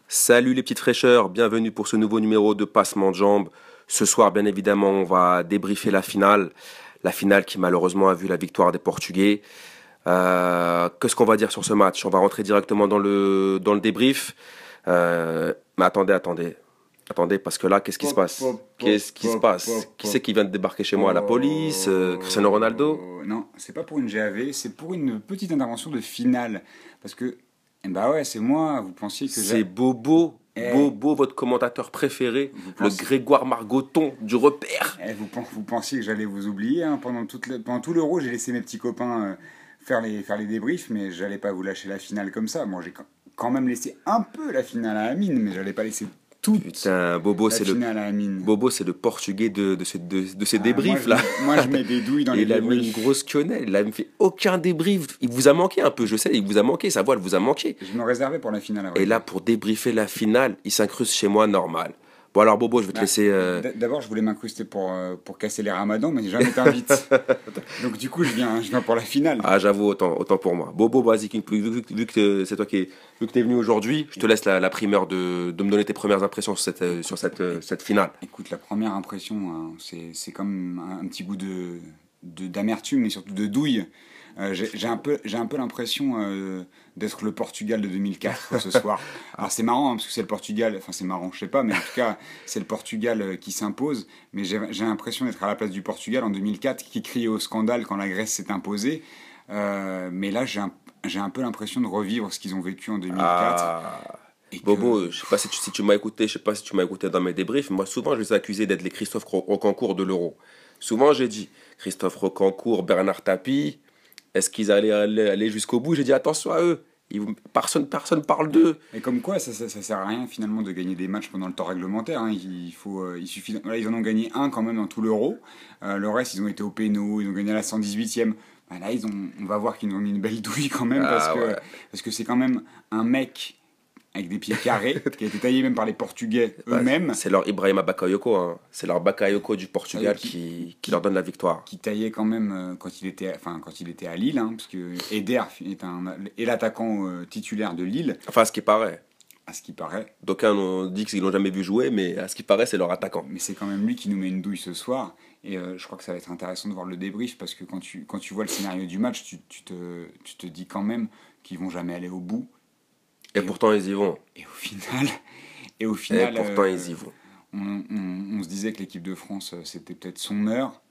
Salut les petites fraîcheurs, bienvenue pour ce nouveau numéro de Passement de Jambes. Ce soir, bien évidemment, on va débriefer la finale qui malheureusement a vu la victoire des Portugais. Qu'est-ce qu'on va dire sur ce match? On va rentrer directement dans le débrief. Mais attendez, parce que là, qu'est-ce qui se passe? Qu'est-ce qui se passe? Qui c'est qui vient de débarquer chez moi? La police? Cristiano Ronaldo? Non, c'est pas pour une GAV, c'est pour une petite intervention de finale. Parce que, bah ouais, c'est moi, vous pensiez que C'est Bobo. Bobo, votre commentateur préféré, le Grégoire Margoton du repère. Vous pensiez que j'allais vous oublier, hein. Pendant tout l'Euro, j'ai laissé mes petits copains faire les débriefs, mais j'allais pas vous lâcher la finale comme ça. Bon, j'ai quand même laissé un peu la finale à Amine, mais j'allais pas laisser toute Putain, Bobo, la finale à Amine. Bobo, c'est le portugais de ces débriefs là. Moi, je mets des douilles dans Et les il a mis une débriefs. grosse quenelle, il a fait aucun débrief. Il vous a manqué un peu, je sais, il vous a manqué, sa voix elle vous a manqué. Je me réservais pour la finale. À vrai Et dire. là, pour débriefer la finale, il s'incruste chez moi normal. Bon alors Bobo, je vais te Bah, laisser... D'abord, je voulais m'incruster pour casser les ramadans, mais jamais t'invite. Donc, du coup, je viens pour la finale. Ah j'avoue, autant pour moi. Bobo, vas-y, vu que c'est toi vu que t'es venu aujourd'hui, je te laisse la primeur de me donner tes premières impressions sur cette finale. Écoute, la première impression, hein, c'est comme un petit goût d'amertume, mais surtout de douille. J'ai un peu l'impression d'être le Portugal de 2004 ce soir. Alors c'est marrant, hein, parce que c'est le Portugal, enfin c'est marrant, je sais pas, mais en tout cas c'est le Portugal qui s'impose, mais j'ai l'impression d'être à la place du Portugal en 2004 qui criait au scandale quand la Grèce s'est imposée. Mais là j'ai un peu l'impression de revivre ce qu'ils ont vécu en 2004. Ah... Et que, Bobo, je sais pas si tu m'as écouté, je sais pas si tu m'as écouté dans mes débriefs, moi souvent je les ai accusés d'être les Christophe Rocancourt de l'Euro. Souvent j'ai dit Christophe Rocancourt, Bernard Tapie, est-ce qu'ils allaient aller jusqu'au bout? J'ai dit attention à eux, personne parle d'eux. Et comme quoi, ça sert à rien finalement de gagner des matchs pendant le temps réglementaire, hein. Il suffit. Voilà, ils en ont gagné un quand même dans tout l'Euro. Le reste, ils ont été au péno, ils ont gagné à la 118e. Bah là, on va voir qu'ils nous ont mis une belle douille quand même Ah ouais. parce que c'est quand même un mec avec des pieds carrés qui a été taillé même par les Portugais eux-mêmes, C'est leur Ibrahima Bakayoko, hein. C'est leur Bakayoko du Portugal qui- qui leur donne la victoire. qui taillait quand même quand il était à Lille, hein, parce que Eder est l'attaquant titulaire de Lille, Enfin, à ce qui paraît. à ce qui paraît. D'aucuns ont dit qu'ils l'ont jamais vu jouer, mais à ce qui paraît, c'est leur attaquant. Mais c'est quand même lui qui nous met une douille ce soir. Et je crois que ça va être intéressant de voir le débrief parce que quand tu vois le scénario du match, tu te dis quand même qu'ils vont jamais aller au bout. Et pourtant, ils y vont. Et au final, et au Et final pourtant, ils y vont. on se disait que l'équipe de France, c'était peut-être son heure.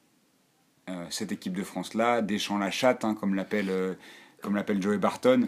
Cette équipe de France-là, Deschamps la chatte, hein, comme l'appelle Joey Barton.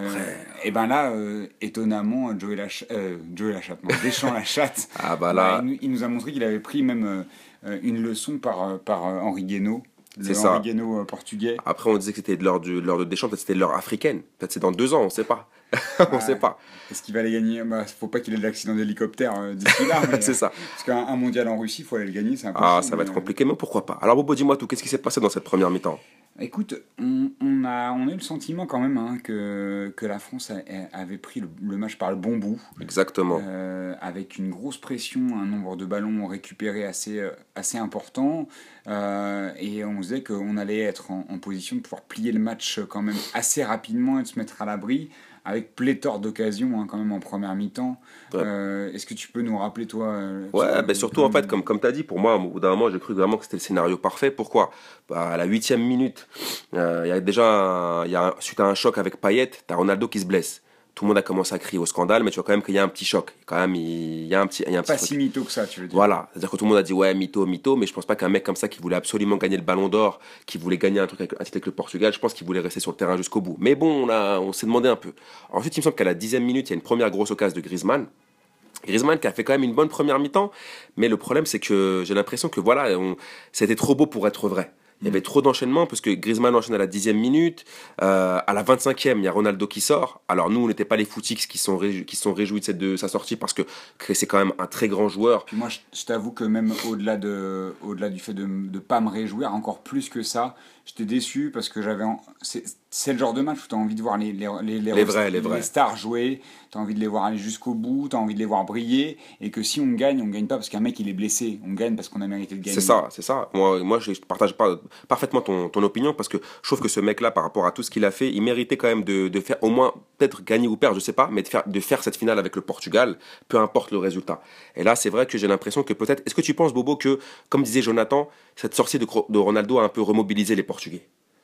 Et ben là, étonnamment, Joey la chatte, non, Deschamps la chatte. Ah bah là, Il nous a montré qu'il avait pris même une leçon par Henri Guénaud, c'est le ça. Henri Guénaud portugais. Après, on disait que c'était de l'heure de Deschamps, peut-être c'était de l'heure africaine. Peut-être c'est dans 2 ans, on sait pas. On sait pas. Est-ce qu'il va aller gagner? Bah, faut pas qu'il ait de l'accident d'hélicoptère d'ici là. Mais, C'est ça. Parce qu'un mondial en Russie, il faut aller le gagner, c'est impossible. Ah, ça va être compliqué, mais pourquoi pas. Alors, Bobo, dis-moi tout, qu'est-ce qui s'est passé dans cette première mi-temps? Écoute, on a eu le sentiment quand même, hein, que la France avait pris le match par le bon bout, Exactement. avec une grosse pression, un nombre de ballons récupérés assez important, et on se disait qu'on allait être en position de pouvoir plier le match quand même assez rapidement et de se mettre à l'abri, avec pléthore d'occasions, hein, quand même en première mi-temps. Ouais. Est-ce que tu peux nous rappeler, toi Ouais, ben surtout en fait, comme tu as dit, pour moi, au bout d'un moment, j'ai cru vraiment que c'était le scénario parfait. Pourquoi? Bah, à la 8e minute, il y a déjà, suite à un choc avec Payet, tu as Ronaldo qui se blesse. Tout le monde a commencé à crier au scandale, mais tu vois quand même qu'il y a un petit choc. Quand même, il y a un petit Pas truc. si mytho que ça, tu veux dire. Voilà, c'est-à-dire que tout le monde a dit ouais, mytho, mytho, mais je pense pas qu'un mec comme ça qui voulait absolument gagner le ballon d'or, qui voulait gagner un titre avec le Portugal, je pense qu'il voulait rester sur le terrain jusqu'au bout. Mais bon, on s'est demandé un peu. Ensuite, il me semble qu'à la 10e minute, il y a une première grosse occasion de Griezmann. Griezmann qui a fait quand même une bonne première mi-temps, mais le problème c'est que j'ai l'impression que voilà, c'était trop beau pour être vrai. Il y avait trop d'enchaînements parce que Griezmann enchaîne à la 10e minute, à la 25e, il y a Ronaldo qui sort. Alors nous, on n'était pas les footix qui sont réjouis de sa sortie parce que c'est quand même un très grand joueur. Puis moi, je t'avoue que même au-delà du fait de ne pas me réjouir, encore plus que ça, j'étais déçu parce que c'est le genre de match où tu as envie de voir les stars jouer, tu as envie de les voir aller jusqu'au bout, tu as envie de les voir briller, et que si on gagne pas parce qu'un mec il est blessé, on gagne parce qu'on a mérité de gagner. C'est ça. Moi je partage parfaitement ton opinion, parce que je trouve que ce mec-là, par rapport à tout ce qu'il a fait, il méritait quand même de faire au moins, peut-être gagner ou perdre, je sais pas, mais de faire cette finale avec le Portugal, peu importe le résultat. Et là, c'est vrai que j'ai l'impression que peut-être, est-ce que tu penses, Bobo, que, comme disait Jonathan, cette sortie de Ronaldo a un peu remobilisé les Portugais?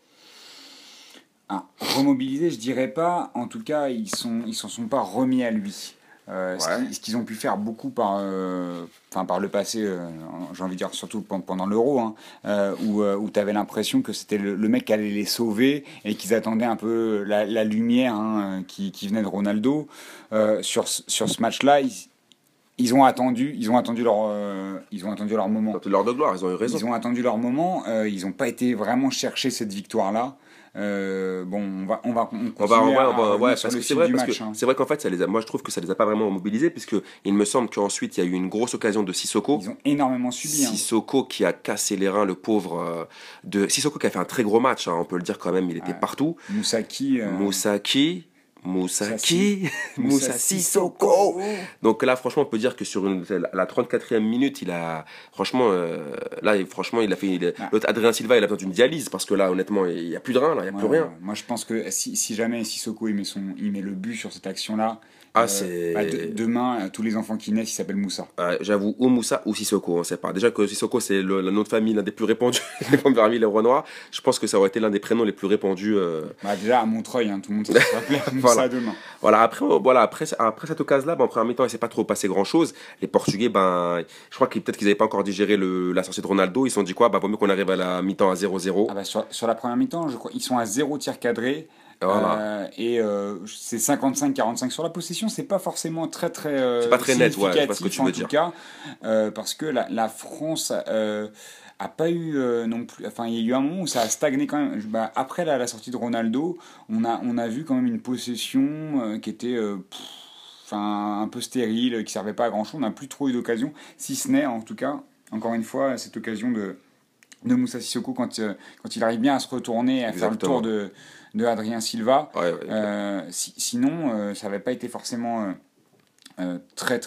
Ah, remobilisés, je dirais pas. En tout cas, ils s'en sont pas remis à lui. Ouais. Ce qu'ils ont pu faire beaucoup par le passé, j'ai envie de dire surtout pendant l'Euro, hein, où tu avais l'impression que c'était le mec qui allait les sauver et qu'ils attendaient un peu la lumière, hein, qui venait de Ronaldo. Sur ce match-là, ils ont attendu leur moment. Dans l'heure de gloire, ils ont eu raison. Ils ont attendu leur moment. Ils n'ont pas été vraiment chercher cette victoire-là. Bon, on continue à revenir sur le fil du match. Hein. C'est vrai qu'en fait, moi je trouve que ça les a pas vraiment mobilisés, puisque il me semble qu'ensuite il y a eu une grosse occasion de Sissoko. Ils ont énormément subi. Sissoko qui a cassé les reins, le pauvre. Sissoko qui a fait un très gros match, hein, on peut le dire quand même, il était partout. Moussa Sissoko. Donc là, franchement, on peut dire que sur la 34e minute, il a. Franchement, il a fait. L'autre Adrien Silva, il a besoin d'une dialyse, parce que là, honnêtement, il n'y a plus de rein, là, il n'y a plus rien. Moi, je pense que si jamais Sissoko il met le but sur cette action-là, demain, tous les enfants qui naissent, ils s'appellent Moussa. J'avoue, ou Moussa ou Sissoko, on sait pas. Déjà que Sissoko, c'est le nom de famille l'un des plus répandus parmi les Renois. Je pense que ça aurait été l'un des prénoms les plus répandus. Déjà à Montreuil, hein, tout le monde s'appelait Moussa demain. Après cette occasion-là, en première mi-temps, il s'est pas trop passé grand-chose. Les Portugais, je crois peut-être qu'ils n'avaient pas encore digéré la sortie de Ronaldo. Ils se sont dit quoi, vaut mieux qu'on arrive à la mi-temps à 0-0. Sur la première mi-temps, je crois ils sont à 0 tir cadré. Voilà. C'est 55-45 sur la possession, c'est pas forcément très c'est pas très net, ouais, parce que tu veux dire. En tout cas, parce que la France a pas eu non plus. Enfin, il y a eu un moment où ça a stagné quand même. Après la sortie de Ronaldo, on a vu quand même une possession qui était un peu stérile, qui servait pas à grand chose. On n'a plus trop eu d'occasion, si ce n'est en tout cas, encore une fois, cette occasion de Moussa Sissoko quand il arrive bien à se retourner, à faire le tour de Adrien Silva. Sinon, ça n'avait pas été forcément très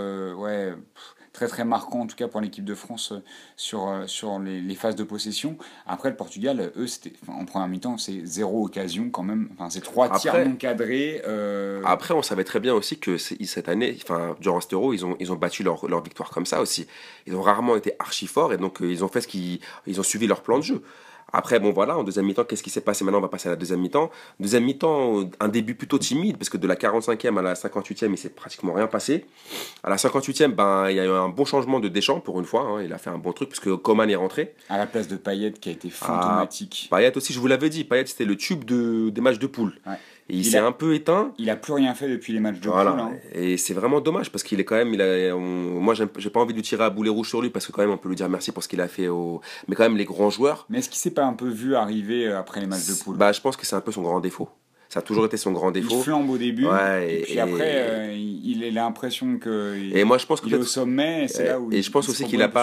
marquant, en tout cas pour l'équipe de France, sur les phases de possession. Après, le Portugal, eux, en première mi-temps, c'est 0 occasion quand même. Enfin, c'est 3 tirs non cadrés. Après, on savait très bien aussi que cette année, durant cet Euro, ils ont battu leur victoire comme ça aussi. Ils ont rarement été archi forts, et donc ils ont fait ils ont suivi leur plan de jeu. Après, bon voilà, en deuxième mi-temps, qu'est-ce qui s'est passé? Maintenant, on va passer à la deuxième mi-temps. Deuxième mi-temps, un début plutôt timide, parce que de la 45e à la 58e, il s'est pratiquement rien passé. À la 58e, il y a eu un bon changement de Deschamps, pour une fois. Hein, il a fait un bon truc, puisque Coman est rentré. À la place de Payet, qui a été fantomatique. Payet aussi, je vous l'avais dit, Payet, c'était le tube des matchs de poule. Ouais. Et il s'est un peu éteint. Il a plus rien fait depuis les matchs de poule. Hein. Et c'est vraiment dommage, parce qu'il est quand même. Moi, j'ai pas envie de lui tirer à boulet rouge sur lui, parce que quand même, on peut lui dire merci pour ce qu'il a fait. Mais quand même, les grands joueurs. Mais est-ce qu'il s'est pas un peu vu arriver après les matchs de poule? Je pense que c'est un peu son grand défaut. Ça a toujours été son grand défaut. Il flambe au début, et puis après, il a l'impression qu'il est au sommet, et c'est là où je pense aussi qu'il a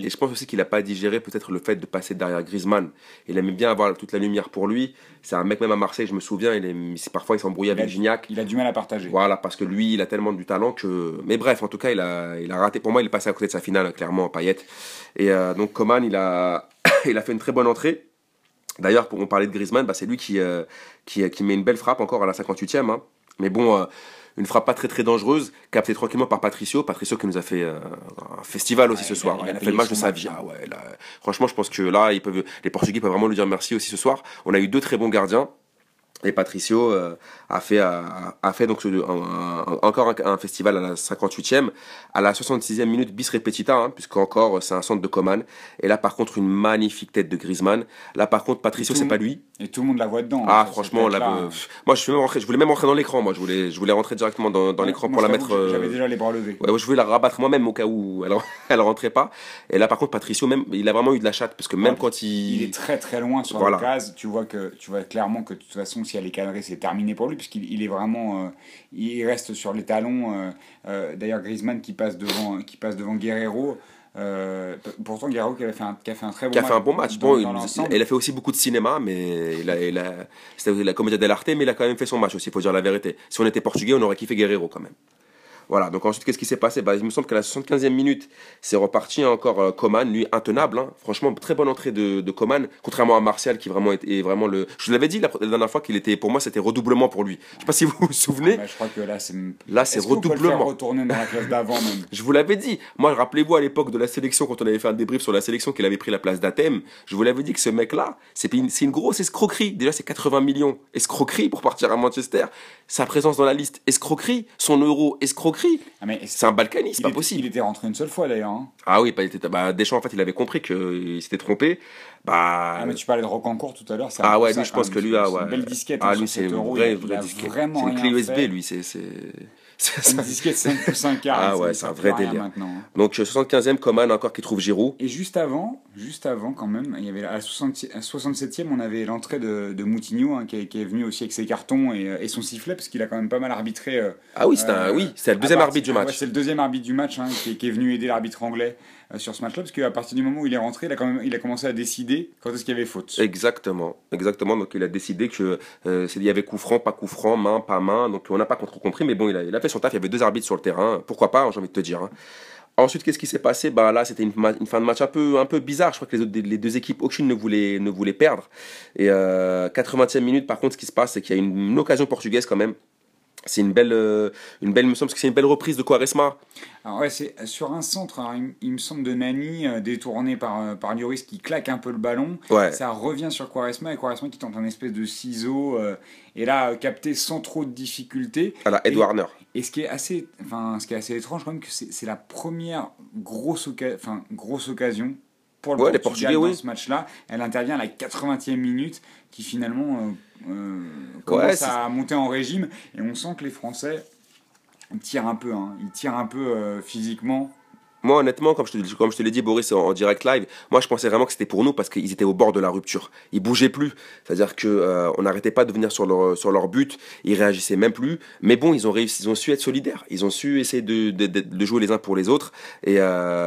pas digéré peut-être le fait de passer derrière Griezmann. Il aimait bien avoir toute la lumière pour lui. C'est un mec, même à Marseille, je me souviens, parfois il s'embrouillait avec Gignac. Il a du mal à partager. Voilà, parce que lui, il a tellement du talent que... Mais bref, en tout cas, il a raté. Pour moi, il est passé à côté de sa finale, clairement, Payet. Et donc Coman, il a fait une très bonne entrée. D'ailleurs, pour on parler de Griezmann, c'est lui qui met une belle frappe encore à la 58e. Hein. Mais bon, une frappe pas très très dangereuse, captée tranquillement par Patricio. Patricio qui nous a fait un festival aussi ce soir. Il a fait le match de sa vie. Franchement, je pense que là, les Portugais peuvent vraiment lui dire merci aussi ce soir. On a eu 2 très bons gardiens. Et Patricio a fait donc encore un festival à la 58e, à la 66e minute bis repetita, hein, puisqu'encore c'est un centre de Coman. Et là par contre une magnifique tête de Griezmann. Là par contre Patricio c'est pas lui. Et tout le monde la voit dedans. Franchement, moi je voulais même rentrer dans l'écran. Moi je voulais rentrer directement dans l'écran pour la mettre. J'avais déjà les bras levés. Je voulais la rabattre moi-même au cas où elle rentrait pas. Et là par contre Patricio même il a vraiment eu de la chatte, parce que même quand il est très très loin sur la case, tu vois clairement que de toute façon si elle est cadrée, c'est terminé pour lui, puisqu'il est vraiment il reste sur les talons. D'ailleurs Griezmann qui passe devant Guerreiro, Pourtant, Guerrero qui a fait un très bon Qui a match fait un bon match. dans, Bon, dans l'ensemble. il a fait aussi beaucoup de cinéma, mais c'était la commedia dell'arte, mais il a quand même fait son match aussi, il faut dire la vérité. Si on était portugais, on aurait kiffé Guerrero quand même. Voilà, donc ensuite, qu'est-ce qui s'est passé? Bah, il me semble qu'à la 75e minute, c'est reparti encore Coman, lui, intenable. Hein. Franchement, très bonne entrée de Coman, contrairement à Martial, qui vraiment est vraiment le. Je vous l'avais dit la dernière fois qu'il était, pour moi, c'était redoublement pour lui. Je sais pas si vous vous souvenez. Mais je crois que là, c'est. Là, c'est Est-ce qu'on peut le faire redoublement. retourner dans la classe d'avant même? Je vous l'avais dit. Moi, rappelez-vous à l'époque de la sélection, quand on avait fait un débrief sur la sélection, qu'il avait pris la place d'Athème. Je vous l'avais dit que ce mec-là, c'est une grosse escroquerie. Déjà, c'est 80 millions. Escroquerie pour partir à Manchester. Sa présence dans la liste, escroquerie. Son euro, escroquerie. Ah, mais C'est un Balkany, c'est pas il possible. était rentré une seule fois d'ailleurs. Hein. Ah oui, Deschamps, en fait, il avait compris qu'il s'était trompé. Ah, Bah. mais tu parlais de Rocancourt tout à l'heure. C'est un Ah peu ouais, ça, lui, je quand pense même. que lui, ah ouais. C'est une belle disquette. Ah, Sur lui, c'est cet une euro, vraie il a disquette. vraiment C'est une clé rien USB, fait. lui. C'est Une disquette 5 pouces 1 quart. Ah il ouais, sert c'est un plus vrai à rien délire. maintenant. Donc, 75e, Coman encore qui trouve Giroud. Et juste avant quand même, il y avait à la 67e, on avait l'entrée de Moutinho hein, qui est venu aussi avec ses cartons et son sifflet parce qu'il a quand même pas mal arbitré. Ah oui, c'est le deuxième arbitre du Ouais, match. c'est le deuxième arbitre du match hein, qui est venu aider l'arbitre anglais sur ce match-là parce qu'à partir du moment où il est rentré, il a commencé à décider quand est-ce qu'il y avait faute. Exactement. Donc il a décidé que il y avait coup franc, pas coup franc, main, pas main. Donc on n'a pas trop compris, mais bon, il a fait son taf. Il y avait deux arbitres sur le terrain. Pourquoi pas, hein, j'ai envie de te dire. Hein. Ensuite, qu'est-ce qui s'est passé? Bah là, c'était une fin de match un peu bizarre. Je crois que les deux équipes, aucune ne voulait perdre. Et 80e minute, par contre, ce qui se passe, c'est qu'il y a une occasion portugaise quand même. C'est il me semble que c'est une belle reprise de Quaresma. Alors ouais, c'est sur un centre, alors, il me semble de Nani, détourné par Lloris qui claque un peu le ballon. Ouais. Ça revient sur Quaresma et Quaresma qui tente un espèce de ciseau et là capté sans trop de difficulté. À la Ed Warner. Et ce qui est assez étrange quand même, que c'est la première grosse occasion pour le Ouais, les Portugal Portugais, dans oui. ce match-là. Elle intervient à la 80e minute qui finalement commence à monter en régime et on sent que les Français tirent un peu, hein. Ils tirent un peu physiquement. Moi, honnêtement, comme je te l'ai dit, Boris, en direct live, moi, je pensais vraiment que c'était pour nous parce qu'ils étaient au bord de la rupture. Ils bougeaient plus. C'est-à-dire que on n'arrêtait pas de venir sur leur but. Ils réagissaient même plus. Mais bon, ils ont réussi, ils ont su être solidaires. Ils ont su essayer de jouer les uns pour les autres. Et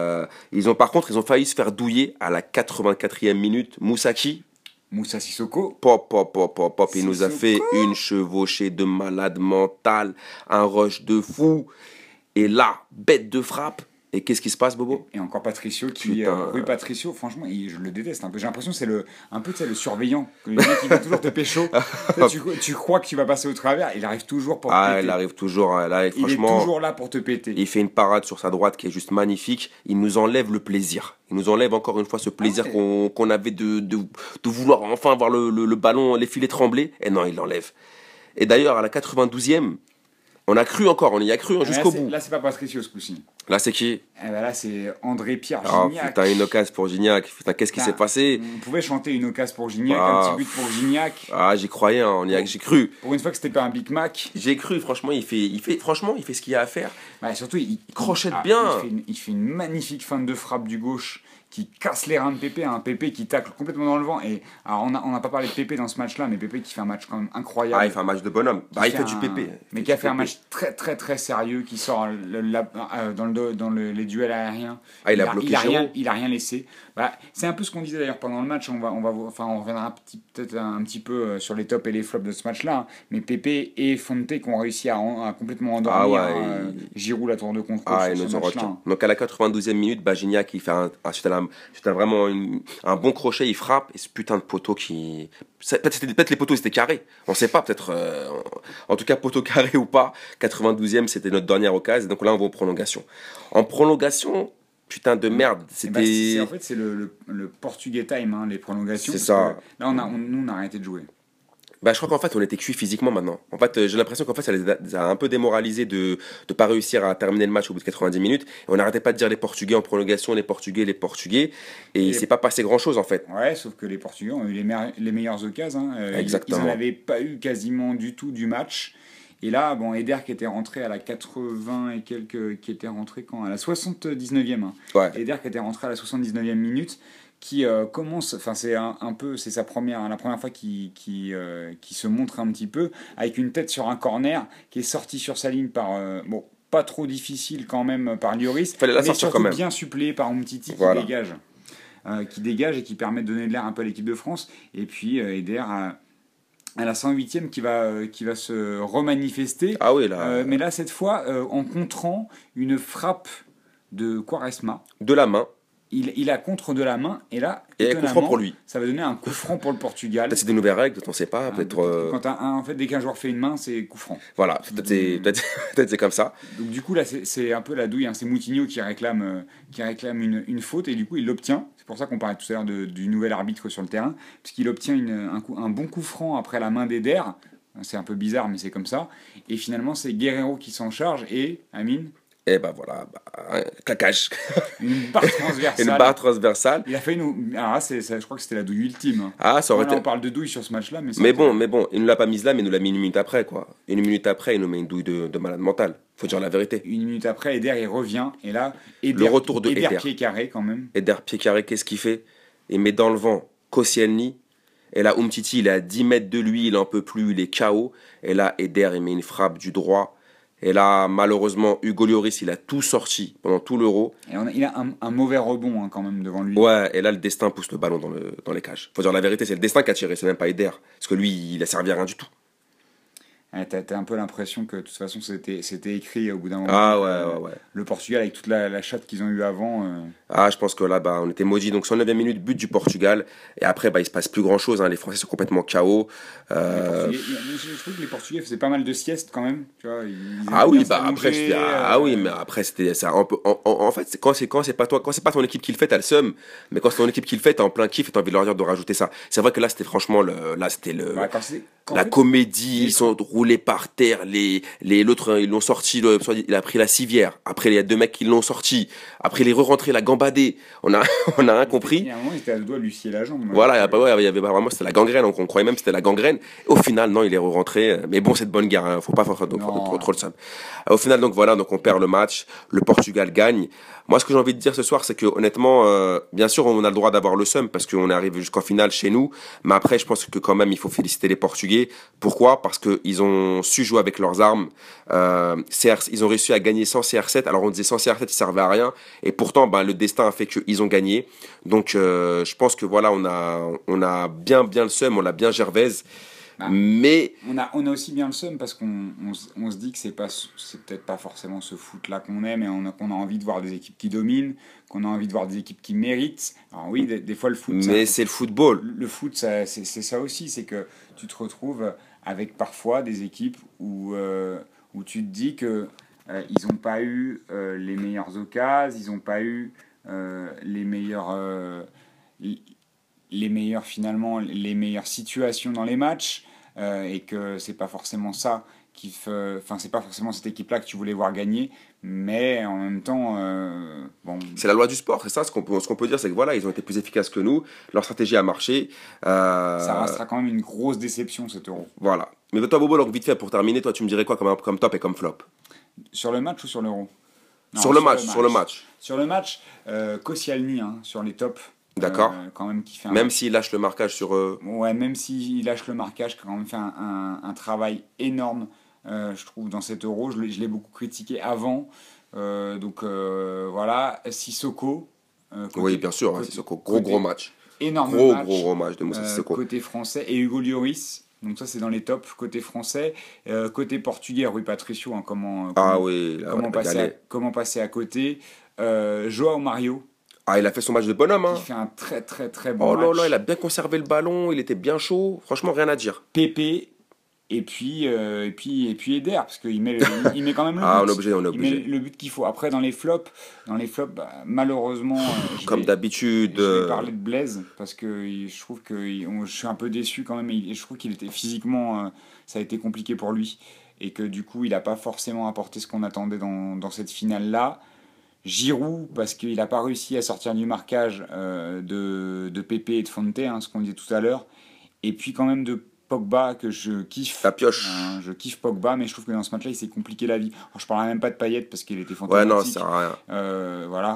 par contre, ils ont failli se faire douiller à la 84e minute. Moussaki, Moussa Sissoko. pop. Il nous a Sissoko. fait une chevauchée de malade mental, un rush de fou. Et là, bête de frappe. Et qu'est-ce qui se passe, Bobo? Et encore Patricio Putain. Rui Patricio, franchement, je le déteste un peu. J'ai l'impression que c'est un peu, tu sais, le surveillant. Que le mec, il va toujours te pécho. Tu crois que tu vas passer au travers, il arrive toujours pour te Ah, péter. il arrive toujours. Là, et Il est franchement, toujours là pour te péter. il fait une parade sur sa droite qui est juste magnifique. Il nous enlève le plaisir. Il nous enlève encore une fois ce plaisir qu'on avait de vouloir enfin voir le ballon, les filets trembler. Et non, il l'enlève. Et d'ailleurs, à la 92e, on y a cru hein, jusqu'au bout. Là, c'est pas Patricio ce coup-ci. Là, c'est qui? Eh ben là, c'est André-Pierre Oh Gignac. putain, une occasion pour Gignac. Putain, qu'est-ce qui s'est passé? On pouvait chanter une occasion pour Gignac, Ah, un petit but pour Gignac. Ah, j'y croyais, hein, j'ai cru. Pour une fois que c'était pas un Big Mac. J'ai cru, franchement, il fait ce qu'il y a à faire. Bah, surtout, il crochette bien. Il fait une magnifique feinte de frappe du gauche qui casse les reins de Pépé, un Pépé qui tacle complètement dans le vent. Et alors, on n'a pas parlé de Pépé dans ce match-là, mais Pépé qui fait un match quand même incroyable. Ah, il fait un match de bonhomme. Bah, il fait du Pépé. Mais qui a fait un match très très très sérieux, qui sort dans les duels aériens. Ah, il a bloqué Giroud. Il a rien laissé. Bah, c'est un peu ce qu'on disait d'ailleurs pendant le match. On reviendra peut-être un petit peu sur les tops et les flops de ce match-là. Hein. Mais Pépé et Fonte qui ont réussi à complètement endormir Giroud la tour de contrôle sur ce match-là. Hein. Donc à la 92e minute, Gignac il fait c'était vraiment un bon crochet, il frappe et ce putain de poteau qui peut-être les poteaux étaient carrés, on sait pas, peut-être en tout cas poteau carré ou pas. 92e c'était notre dernière occasion, donc là on va en prolongation. Putain de merde, c'était. En fait, c'est le Portugais time, hein, les prolongations. C'est ça. Là, nous, on a arrêté de jouer. Bah, je crois qu'en fait, on était cuits physiquement maintenant. En fait, j'ai l'impression qu'en fait, ça les a un peu démoralisés de ne pas réussir à terminer le match au bout de 90 minutes. Et on n'arrêtait pas de dire les Portugais en prolongation, les Portugais. Et il s'est pas passé grand-chose, en fait. Ouais, sauf que les Portugais ont eu les meilleures occasions. Hein. Exactement. Ils n'en avaient pas eu quasiment du tout du match. Et là, bon, Eder qui était rentré à la 80 et quelques, qui était rentré quand? À la 79e. Hein. Ouais. Eder qui était rentré à la 79e minute, qui commence, enfin c'est un peu, c'est la première fois qui se montre un petit peu, avec une tête sur un corner, qui est sorti sur sa ligne par, bon, pas trop difficile quand même par Lloris, Fallait la mais sortir surtout quand même. bien suppléé par Umtiti Voilà. qui dégage et qui permet de donner de l'air un peu à l'équipe de France. Et puis Eder à la 108e qui va se remanifester. Ah oui, là, Mais là, cette fois, en contrant une frappe de Quaresma. de la main. Il a contre de la main, et là, Et un coup franc pour lui. ça va donner un coup franc pour le Portugal. Peut-être c'est des nouvelles règles, on ne sait pas. Quand en fait, dès qu'un joueur fait une main, c'est coup franc. Voilà, peut-être c'est comme ça. Donc du coup, là, c'est un peu la douille. Hein. C'est Moutinho qui réclame une faute, et du coup, il l'obtient. C'est pour ça qu'on parlait tout à l'heure du nouvel arbitre sur le terrain, puisqu'il obtient un bon coup franc après la main d'Eder. C'est un peu bizarre, mais c'est comme ça. Et finalement, c'est Guerreiro qui s'en charge, et Amine, Et ben voilà, claquage. une barre transversale. Une barre transversale. Il a fait une. Alors là, je crois que c'était la douille ultime. Hein. Ah, ça aurait Voilà, été. on parle de douille sur ce match-là, Mais bon, il ne l'a pas mise là, mais il nous l'a mis une minute après, quoi. Une minute après, il nous met une douille de malade mental. Faut dire la vérité. Une minute après, Eder, il revient, et là, Le retour de Eder. pied carré quand même. Eder pied carré, qu'est-ce qu'il fait? Il met dans le vent Koscielny. Et là, Umtiti, il est à 10 mètres de lui, il en peut plus, il est KO. Et là, Eder, il met une frappe du droit. Et là, malheureusement, Hugo Lloris, il a tout sorti pendant tout l'Euro. Et il a un mauvais rebond hein, quand même devant lui. Ouais, et là, le destin pousse le ballon dans les cages. Faut dire la vérité, c'est le destin qui a tiré, c'est même pas Eder. Parce que lui, il a servi à rien du tout. Ouais, t'as un peu l'impression que de toute façon c'était écrit au bout d'un moment. Ah ouais. Le Portugal avec toute la chatte qu'ils ont eu avant. Ah, je pense que là, on était maudits. Donc, 109e minute, but du Portugal. Et après, il se passe plus grand-chose. Hein. Les Français sont complètement KO. Je trouve que les Portugais faisaient pas mal de siestes quand même. Tu vois, Ah oui, mais après, c'était ça. En fait, quand c'est pas toi, quand c'est pas ton équipe qui le fait, t'as le seum. Mais quand c'est ton équipe qui le fait, t'as en plein kiff et t'as envie de leur dire de rajouter ça. C'est vrai que là, c'était franchement la comédie. Ils sont roulés par terre. L'autre, ils l'ont sorti. Il a pris la civière. Après, il y a deux mecs qui l'ont sorti. Après, il est re-rentré, la gambadé. On a rien compris. Il y a un moment, il était à deux doigts de lui scier la jambe. Voilà, il y avait vraiment, c'était la gangrène. Donc, on croyait même que c'était la gangrène. Au final, non, il est re-rentré. Mais bon, c'est de bonne guerre. Hein. Faut pas faire trop le seum. Au final, donc voilà, donc on perd le match. Le Portugal gagne. Moi, ce que j'ai envie de dire ce soir, c'est que honnêtement, bien sûr, on a le droit d'avoir le seum parce qu'on est arrivé jusqu'en finale chez nous. Mais après, je pense que quand même, il faut féliciter les Portugais. Pourquoi? Parce qu'ils ont su jouer avec leurs armes. Ils ont réussi à gagner sans CR7. Alors, on disait sans CR7, ils servaient à rien. Et pourtant, le destin a fait qu'ils ont gagné. Donc, je pense que voilà, on a bien le seum, on a bien Gervaise. Mais on a aussi bien le seum parce qu'on se dit que c'est peut-être pas forcément ce foot là qu'on aime, mais qu'on a envie de voir des équipes qui dominent, qu'on a envie de voir des équipes qui méritent. Alors oui, des fois le foot. Mais c'est le football. Le foot, c'est ça aussi, c'est que tu te retrouves avec parfois des équipes où tu te dis que ils n'ont pas eu les meilleures occasions, ils n'ont pas eu les meilleures situations dans les matchs. Et que c'est pas forcément ça c'est pas forcément cette équipe là que tu voulais voir gagner, mais en même temps c'est la loi du sport, c'est ça ce qu'on peut dire, c'est que voilà, ils ont été plus efficaces que nous, leur stratégie a marché. Ça restera quand même une grosse déception cet Euro. Voilà. Mais toi Bobo, donc vite fait pour terminer, toi tu me dirais quoi comme top et comme flop? Sur le match ou sur l'Euro? Sur le match. Sur le match, Koscielny sur les tops. D'accord. Quand même qui fait même s'il lâche le marquage sur ouais, même s'il lâche le marquage, qui a quand même fait un travail énorme, je trouve, dans cet Euro. Je l'ai beaucoup critiqué avant. Voilà. Sissoko. Oui, bien sûr, Sissoko. Gros match. Énorme match. Gros match de Moussa Sissoko. Côté français. Et Hugo Lloris. Donc ça, c'est dans les tops côté français. Côté portugais, Rui Patricio. Comment passer à côté. Joao Mario. Ah, il a fait son match de bonhomme. Hein. Il fait un très très très bon match. Oh là là, il a bien conservé le ballon, il était bien chaud. Franchement, rien à dire. Pépé, et puis Eder, parce qu'il met quand même le but. On est obligé. Il met le but qu'il faut. Après, dans les flops, malheureusement... Comme d'habitude... Je vais parler de Blaise, parce que je trouve que je suis un peu déçu quand même. Et je trouve qu'il était physiquement... ça a été compliqué pour lui. Et que du coup, il n'a pas forcément apporté ce qu'on attendait dans cette finale-là. Giroud, parce qu'il n'a pas réussi à sortir du marquage de Pépé et de Fonte, ce qu'on disait tout à l'heure. Et puis quand même de Pogba, que je kiffe. La pioche. Je kiffe Pogba, mais je trouve que dans ce match-là, il s'est compliqué la vie. Alors, je ne parlerai même pas de Payet, parce qu'il était fantastique. Ouais, non, ça sert à rien. Voilà.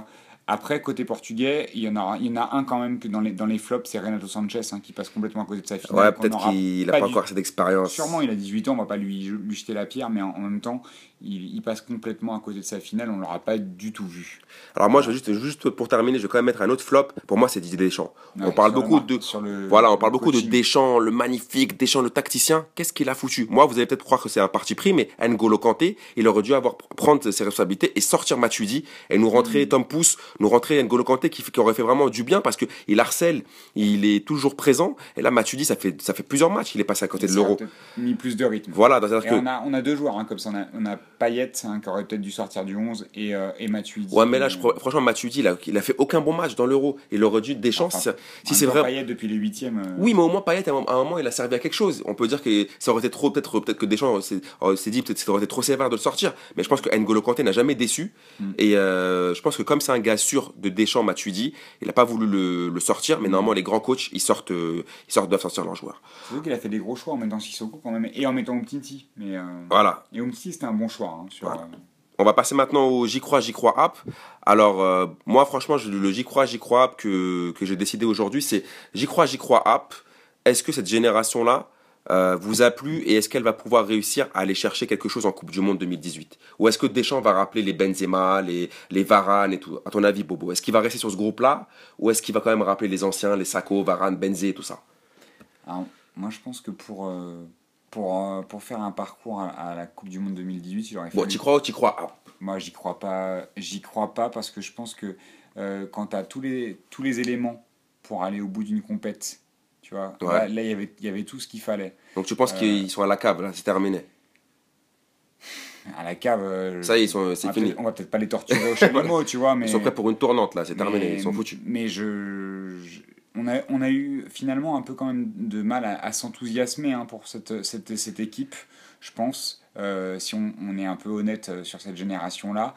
Après, côté portugais, il y en a un quand même que dans les flops, c'est Renato Sanchez hein, qui passe complètement à côté de sa finale. Ouais, qu'on peut-être n'aura qu'il n'a pas pas du- encore cette expérience. Sûrement, il a 18 ans, on va pas lui jeter la pierre, mais en même temps, il passe complètement à côté de sa finale, on l'aura pas du tout vu. Alors moi, je vais juste pour terminer, je vais quand même mettre un autre flop. Pour moi, c'est Didier Deschamps. On Ouais, parle sur beaucoup de, voilà, on parle beaucoup de coaching. Deschamps, le magnifique Deschamps, le tacticien. Qu'est-ce qu'il a foutu? Moi, vous allez peut-être croire que c'est un parti pris, mais N'Golo Kanté, il aurait dû prendre ses responsabilités et sortir Matuidi et nous rentrer Tom Pouce, nous rentrer N'Golo Kanté qui aurait fait vraiment du bien parce que il harcèle, il est toujours présent. Et là, Matuidi, ça fait plusieurs matchs, il est passé à côté de Ça aurait l'Euro. peut-être mis plus de rythme. Voilà, c'est-à-dire Et que on a deux joueurs hein, comme ça. On a Payet hein, qui aurait peut-être dû sortir du 11 et Matuidi. ouais, mais là, franchement, Matuidi, il a fait aucun bon match dans l'Euro. Il aurait dû Deschamps, Enfin, si c'est vrai. Payet depuis les huitièmes. Oui, mais au moins Payet, à un moment, il a servi à quelque chose. On peut dire que ça aurait été trop, peut-être que Deschamps s'est dit, peut-être que ça aurait été trop sévère de le sortir. Mais je pense que N'Golo Kanté n'a jamais déçu. Et je pense que comme c'est un gars sûr de Deschamps, Matuidi, il n'a pas voulu le sortir. Mais normalement, les grands coachs, ils doivent sortir leurs joueurs. C'est vrai qu'il a fait des gros choix en mettant Sissoko quand même et en mettant Umtiti. Mais Voilà. et Umtiti c'était un bon choix hein, sur. Voilà. On va passer maintenant au j'y crois app. Alors, moi, franchement, le j'y crois app que j'ai décidé aujourd'hui, c'est j'y crois app. Est-ce que cette génération-là vous a plu et est-ce qu'elle va pouvoir réussir à aller chercher quelque chose en Coupe du Monde 2018? Ou est-ce que Deschamps va rappeler les Benzema, les Varane et tout? À ton avis, Bobo, est-ce qu'il va rester sur ce groupe-là ou est-ce qu'il va quand même rappeler les anciens, les Sakho, Varane, Benzé et tout ça? Alors, moi, je pense que pour faire un parcours à la Coupe du Monde 2018, il aurait fallu. Bon, t'y crois ou t'y crois app? Moi, j'y crois pas. J'y crois pas parce que je pense que quand tu as tous les éléments pour aller au bout d'une compète, tu vois, Ouais. là, il y avait tout ce qu'il fallait. Donc tu penses qu'ils sont à la cave, là, c'est terminé. À la cave, Ça y est, c'est fini. On va peut-être pas les torturer au chalumeau, tu vois, mais. Ils sont prêts pour une tournante, là, c'est terminé, mais- ils sont foutus. Mais on a eu finalement un peu quand même de mal à s'enthousiasmer hein, pour cette équipe, je pense, si on est un peu honnête sur cette génération-là.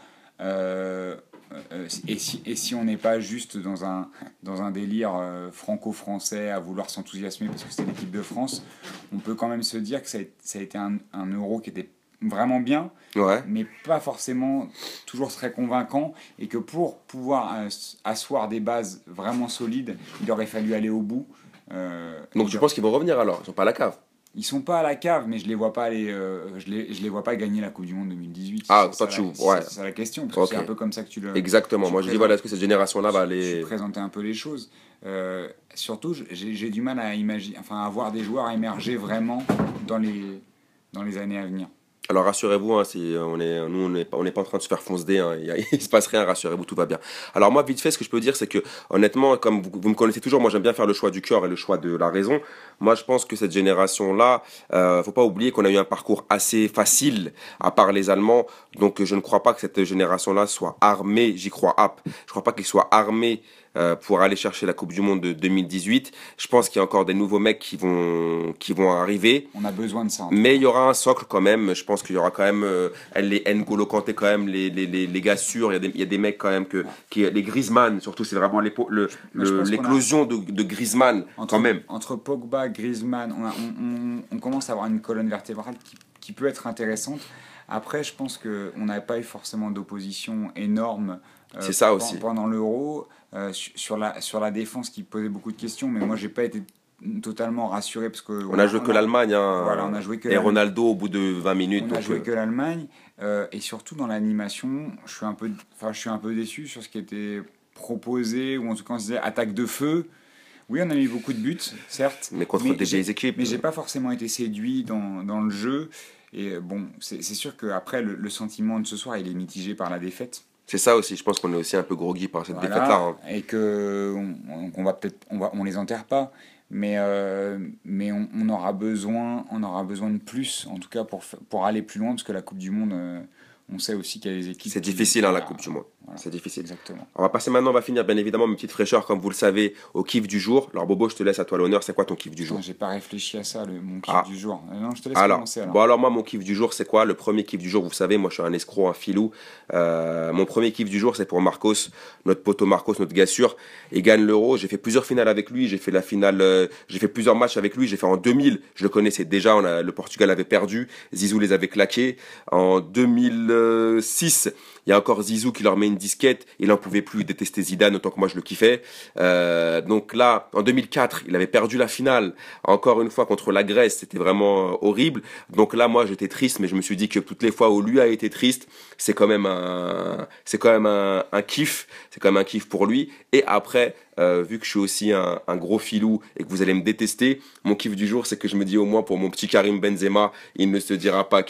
Et si on n'est pas juste dans un délire franco-français à vouloir s'enthousiasmer parce que c'est l'équipe de France, on peut quand même se dire que ça a été un euro qui était vraiment bien, Ouais. mais pas forcément toujours très convaincant, et que pour pouvoir asseoir des bases vraiment solides, il aurait fallu aller au bout. Donc tu penses qu'ils vont revenir alors? Ils sont pas à la cave? Ils sont pas à la cave, mais je les vois pas aller, je les vois pas gagner la Coupe du Monde 2018. Ah, C'est toi, ça ouais. c'est ça la question, parce que Ok. c'est un peu comme ça que tu le. Exactement. tu Moi, je dis, présentes. voilà, est-ce que cette génération-là va Tu aller. présenter un peu les choses. Surtout, j'ai du mal à imaginer, enfin, à voir des joueurs émerger vraiment dans les années à venir. Alors, rassurez-vous, hein, nous, on n'est pas en train de se faire foncer. Hein, il se passe rien, rassurez-vous, tout va bien. Alors, moi, vite fait, ce que je peux dire, c'est que, honnêtement, comme vous me connaissez toujours, moi, j'aime bien faire le choix du cœur et le choix de la raison. Moi, je pense que cette génération-là, faut pas oublier qu'on a eu un parcours assez facile, à part les Allemands. Donc, je ne crois pas que cette génération-là soit armée, j'y crois, je crois pas qu'ils soient armés pour aller chercher la Coupe du Monde de 2018. Je pense qu'il y a encore des nouveaux mecs qui vont arriver. On a besoin de ça. Mais il y aura un socle quand même. Je pense qu'il y aura quand même les N'Golo Kanté quand même, les gars sûrs. Il y a des mecs quand même les Griezmann surtout. C'est vraiment je pense l'éclosion de Griezmann quand même. Entre Pogba, Griezmann, on commence à avoir une colonne vertébrale qui peut être intéressante. Après, je pense qu'on n'avait pas eu forcément d'opposition énorme C'est ça aussi. pendant l'Euro. Sur la défense qui posait beaucoup de questions, mais moi, j'ai pas été totalement rassuré parce que On a joué que l'Allemagne. Hein, voilà, on a joué que et Ronaldo au bout de 20 minutes. on a donc, joué que l'Allemagne, et surtout dans l'animation, je suis un peu déçu sur ce qui était proposé, ou en tout cas on se disait attaque de feu. Oui, on a mis beaucoup de buts, certes, mais contre des vieilles équipes. mais j'ai pas forcément été séduit dans le jeu. Et bon, c'est sûr qu'après le sentiment de ce soir, il est mitigé par la défaite. C'est ça aussi. Je pense qu'on est aussi un peu groggy par cette Voilà, défaite-là. Hein. et que on les enterre pas, mais on aura besoin de plus, en tout cas pour aller plus loin, parce que la Coupe du Monde, on sait aussi qu'il y a des équipes. C'est difficile, hein, la voilà, Coupe du Monde. voilà, C'est difficile. exactement. On va passer maintenant, on va finir bien évidemment mes petites fraîcheurs, comme vous le savez, au kiff du jour. Alors Bobo, je te laisse à toi l'honneur. C'est quoi ton kiff du jour? J'ai pas réfléchi à ça, mon kiff Ah. du jour. Non, je te laisse Alors, commencer alors. bon alors moi mon kiff du jour c'est quoi? Le premier kiff du jour, vous savez, moi je suis un escroc, un filou. Mon premier kiff du jour c'est pour Marcos, notre poteau Marcos, notre gars sûr. Il gagne l'Euro. J'ai fait plusieurs finales avec lui. J'ai fait la finale, j'ai fait plusieurs matchs avec lui. J'ai fait en 2000. Je le connaissais déjà. Le Portugal avait perdu. Zizou les avait claqués. En 2006, il Il y a encore Zizou qui leur met une disquette. Il en pouvait plus détester Zidane autant que moi je le kiffais. Donc là, en 2004, il avait perdu la finale. Encore une fois contre la Grèce, c'était vraiment horrible. Donc là, moi, j'étais triste, mais je me suis dit que toutes les fois où lui a été triste, c'est quand même un kiff. C'est quand même un kiff pour lui. Et après, vu que je suis aussi un gros filou et que vous allez me détester, mon kiff du jour, c'est que je me dis au moins pour mon petit Karim Benzema, il ne se dira pas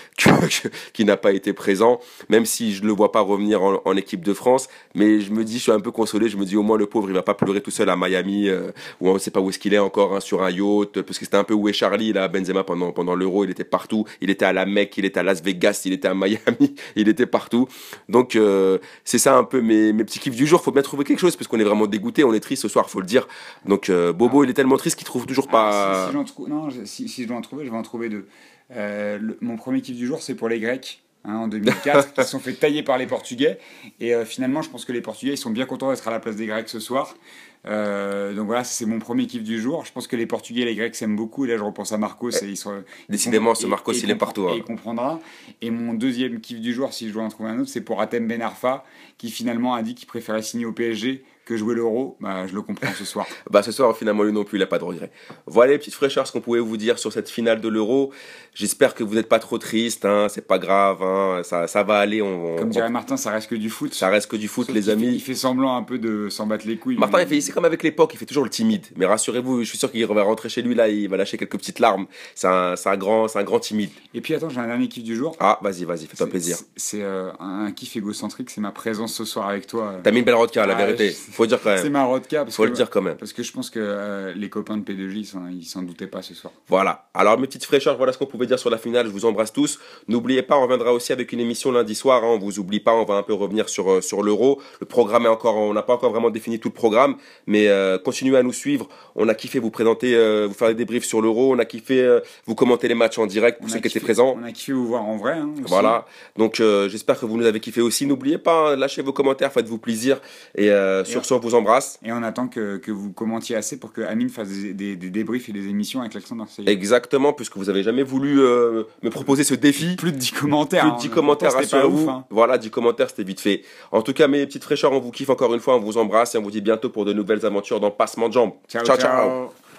qu'il n'a pas été présent, même si je ne le vois pas revenir en équipe de France. Mais je me dis, je suis un peu consolé, je me dis au moins le pauvre, il va pas pleurer tout seul à Miami, où on ne sait pas où est-ce qu'il est encore, hein, sur un yacht, parce que c'était un peu où est Charlie, là, Benzema, pendant l'Euro, il était partout, il était à la Mecque, il était à Las Vegas, il était à Miami, il était partout. Donc c'est ça un peu mes petits kiffs du jour. Faut bien trouver quelque chose, parce qu'on est vraiment dégoûté, on est triste ce soir, faut le dire. Donc Bobo, il est tellement triste qu'il trouve toujours pas... Si je dois en trouver, je vais en trouver deux. Mon premier kiff du jour, c'est pour les Grecs. En 2004, qui se sont fait tailler par les Portugais. Et finalement, je pense que les Portugais, ils sont bien contents d'être à la place des Grecs ce soir. Donc voilà, c'est mon premier kiff du jour. Je pense que les Portugais et les Grecs s'aiment beaucoup. Et là, je repense à Marcos. Décidément, ce Marcos, il est partout. Et il comprendra. Et mon deuxième kiff du jour, si je dois en trouver un autre, c'est pour Hatem Ben Arfa, qui finalement a dit qu'il préférait signer au PSG que jouer l'Euro. Je le comprends ce soir. Ce soir, finalement, lui non plus, il n'a pas de regret. Voilà les petites fraîcheurs, ce qu'on pouvait vous dire sur cette finale de l'Euro. J'espère que vous n'êtes pas trop triste, hein, c'est pas grave, hein, ça va aller. Comme dirait Martin, ça reste que du foot. Ça reste que du foot, les amis. Il fait semblant un peu de s'en battre les couilles. Martin, c'est comme avec l'époque, il fait toujours le timide. Mais rassurez-vous, je suis sûr qu'il va rentrer chez lui, là, il va lâcher quelques petites larmes. C'est un grand timide. Et puis attends, j'ai un dernier kiff du jour. Ah, vas-y, fais-toi plaisir. C'est un kiff égocentrique, c'est ma présence ce soir avec toi. T'as mis une belle rodka, la vérité. Faut dire quand même. C'est ma rodka. Faut le dire quand même. Parce que je pense que les copains de P2J, ils s'en doutaient pas ce soir. Voilà. Alors, mes petites fraîcheurs, voilà ce qu'on pouvait dire sur la finale. Je vous embrasse tous. N'oubliez pas, on reviendra aussi avec une émission lundi soir. On vous oublie pas, on va un peu revenir sur l'Euro. Le programme on n'a pas encore vraiment défini tout le programme, mais continuez à nous suivre. On a kiffé vous présenter, vous faire des débriefs sur l'Euro. On a kiffé vous commenter les matchs en direct pour ceux qui étaient présents. On a kiffé vous voir en vrai. Voilà. Donc, j'espère que vous nous avez kiffé aussi. N'oubliez pas, lâchez vos commentaires, faites-vous plaisir. Et sur ce, on vous embrasse. Et on attend que vous commentiez assez pour que Amine fasse des débriefs et des émissions avec Alexandre Seyed. Exactement, puisque vous avez jamais voulu me proposer ce défi. Plus de 10 commentaires. Plus de 10 commentaires, rassurez-vous. Hein. Voilà, 10 commentaires, c'était vite fait. En tout cas, mes petites fraîcheurs, on vous kiffe encore une fois, on vous embrasse et on vous dit bientôt pour de nouvelles aventures dans Passement de Jambes. Ciao.